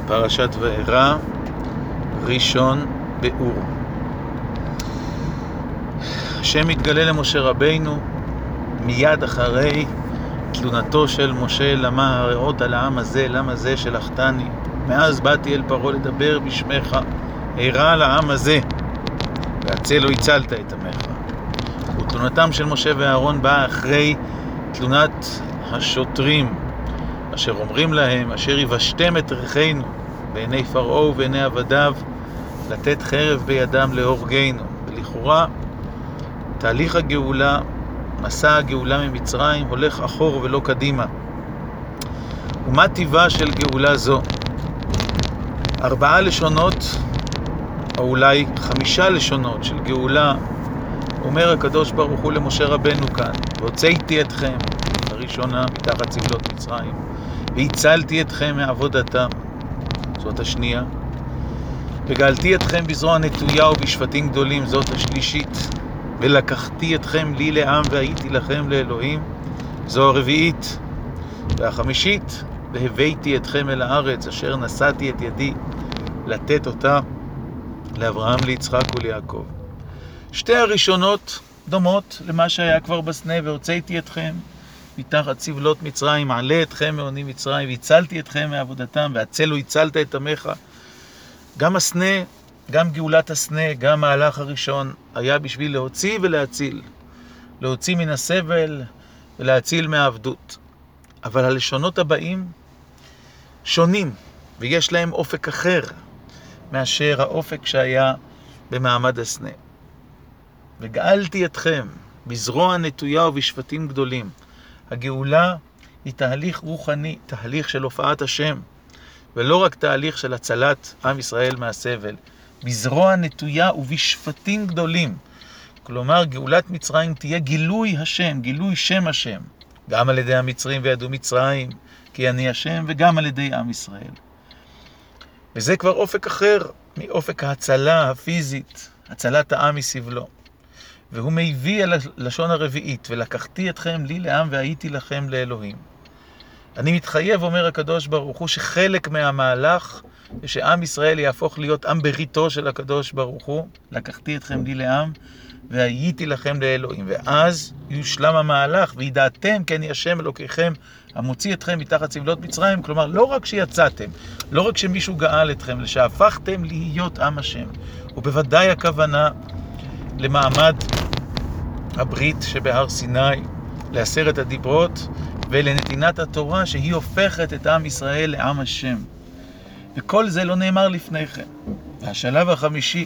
פרשת וארא, ראשון ביאור. השם מתגלה למשה רבינו מיד אחרי תלונתו של משה, למה הרעות על העם הזה, למה זה שלחתני? מאז באתי אל פרעה לדבר בשמך, הרע על העם הזה, והצל לא הצלת את עמך. ותלונתם של משה ואהרון באה אחרי תלונת השוטרים, אשר אומרים להם, אשר יבשתם את ריחנו בעיני פרעה ובעיני עבדיו, לתת חרב בידם להורגנו. ולכאורה, תהליך הגאולה, מסע הגאולה ממצרים, הולך אחור ולא קדימה. ומה טיבה של גאולה זו? 4 לשונות, או אולי 5 לשונות של גאולה, אומר הקדוש ברוך הוא למשה רבנו כאן, והוצאתי אתכם, הראשונה, מתחת סבלות מצרים, והצלתי אתכם מעבודתם, זאת השנייה, וגאלתי אתכם בזרוע נטויה ובשפטים גדולים, זאת השלישית, ולקחתי אתכם לי לעם והייתי לכם לאלוהים, זו הרביעית, והחמישית, והבאתי אתכם אל הארץ אשר נשאתי את ידי לתת אותה לאברהם, ליצחק וליעקב. שתי הראשונות דומות למה שהיה כבר בסנה, והוצאתי אתכם מתחת סבלות מצרים, מעלה אתכם מעוני מצרים, והצלתי אתכם מעבודתם, והצל לא הצלת את עמך. גם הסנה, גם גאולת הסנה, גם מהלך הראשון, היה בשביל להוציא ולהציל. להוציא מן הסבל ולהציל מהעבדות. אבל הלשונות הבאים שונים, ויש להם אופק אחר מאשר האופק שהיה במעמד הסנה. וגאלתי אתכם בזרוע נטויה ובשפטים גדולים. הגאולה היא תהליך רוחני, תהליך של הופעת השם, ולא רק תהליך של הצלת עם ישראל מהסבל. בזרוע נטויה ובשפטים גדולים. כלומר, גאולת מצרים תהיה גילוי השם, גילוי שם השם. גם על ידי המצרים וידעו מצרים, כי אני השם, וגם על ידי עם ישראל. וזה כבר אופק אחר מאופק ההצלה הפיזית, הצלת העם מסבלו. והוא מביא אל הלשון הרביעית, ולקחתי אתכם לי לעם והייתי לכם לאלוהים. אני מתחייב, אומר הקדוש ברוך הוא, שחלק מהמהלך, ושעם ישראל יהפוך להיות עם בריתו של הקדוש ברוך הוא, לקחתי אתכם לי לעם והייתי לכם לאלוהים. ואז יושלם המהלך, וידעתם כי אני השם אלוקיכם, המוציא אתכם מתחת סבלות מצרים. כלומר, לא רק שיצאתם, לא רק שמישהו גאל אתכם, שהפכתם להיות עם השם. ובוודאי הכוונה למעמד הברית שבהר סיני, ל10 הדיברות ולנתינת התורה, שהיא הופכת את עם ישראל לעם השם. וכל זה לא נאמר לפני כן. והשלב החמישי,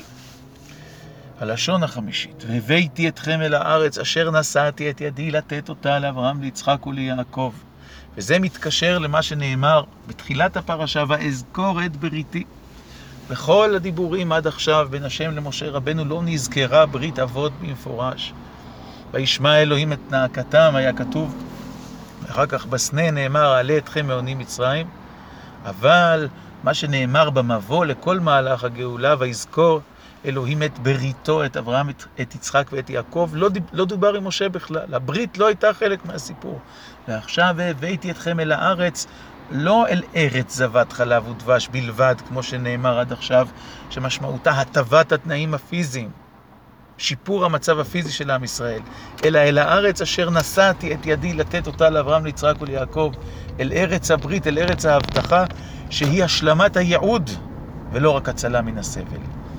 הלשון החמישית, והבאתי אתכם אל הארץ אשר נשאתי את ידי לתת אותה לאברהם, ליצחק וליעקב. וזה מתקשר למה שנאמר בתחילת הפרשה, ואזכור את בריתי. בכל הדיבורים עד עכשיו בין השם למשה רבנו לא נזכרה ברית אבות במפורש. וישמע אלוהים את נאקתם, היה כתוב, ואחר כך בסנה נאמר, עלה אתכם מעוני מצרים. אבל מה שנאמר במבוא לכל מהלך הגאולה, ויזכור אלוהים את בריתו, את אברהם, את יצחק ואת יעקב, לא דובר עם משה בכלל. הברית לא הייתה חלק מהסיפור. ועכשיו הבאתי אתכם אל הארץ, לא אל ארץ זבת חלב ודבש בלבד, כמו שנאמר עד עכשיו, שמשמעותה הטבת התנאים הפיזיים, שיפור המצב הפיזי של עם ישראל, אלא אל הארץ אשר נשאתי את ידי לתת אותה לאברהם, ליצחק וליעקב, אל ארץ הברית, אל ארץ ההבטחה, שהיא השלמת הייעוד, ולא רק הצלה מן הסבל.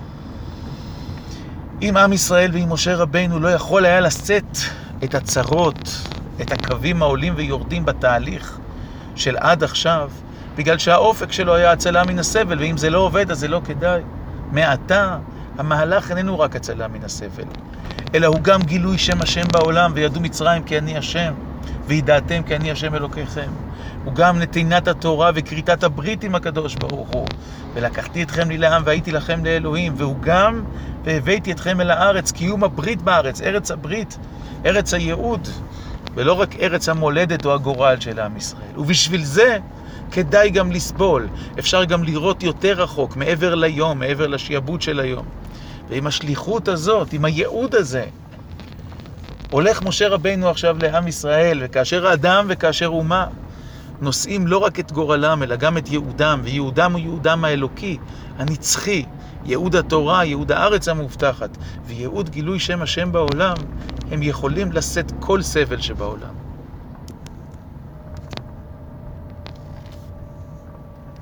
אם עם ישראל ועם משה רבינו לא יכול היה לשאת את הצרות, את הקווים העולים ויורדים בתהליך של עד עכשיו, בגלל שהאופק שלו היה הצלה מן הסבל, ואם זה לא עובד אז זה לא כדאי. מעתה המהלך איננו רק הצלה מן הסבל, אלא הוא גם גילוי שם השם בעולם, וידעו מצרים כי אני השם, וידעתם כי אני השם אלוקיכם. הוא גם נתינת התורה וכריתת הברית עם הקדוש ברוך הוא, ולקחתי אתכם לי לעם והייתי לכם לאלוהים. והוא גם והבאתי אתכם אל הארץ, קיום הברית בארץ, ארץ הברית, ארץ הייעוד, ולא רק ארץ המולדת או הגורל של עם ישראל. ובשביל זה כדאי גם לסבול, אפשר גם לראות יותר רחוק, מעבר ליום, מעבר לשיעבוד של היום. ועם השליחות הזאת, עם הייעוד הזה, הולך משה רבינו עכשיו לעם ישראל, וכאשר האדם וכאשר אומה נושאים לא רק את גורלם, אלא גם את ייעודם, וייעודם הוא ייעודם האלוקי, הנצחי, ייעוד התורה, ייעוד הארץ המובטחת, וייעוד גילוי שם השם בעולם, הם יכולים לשאת כל סבל שבעולם.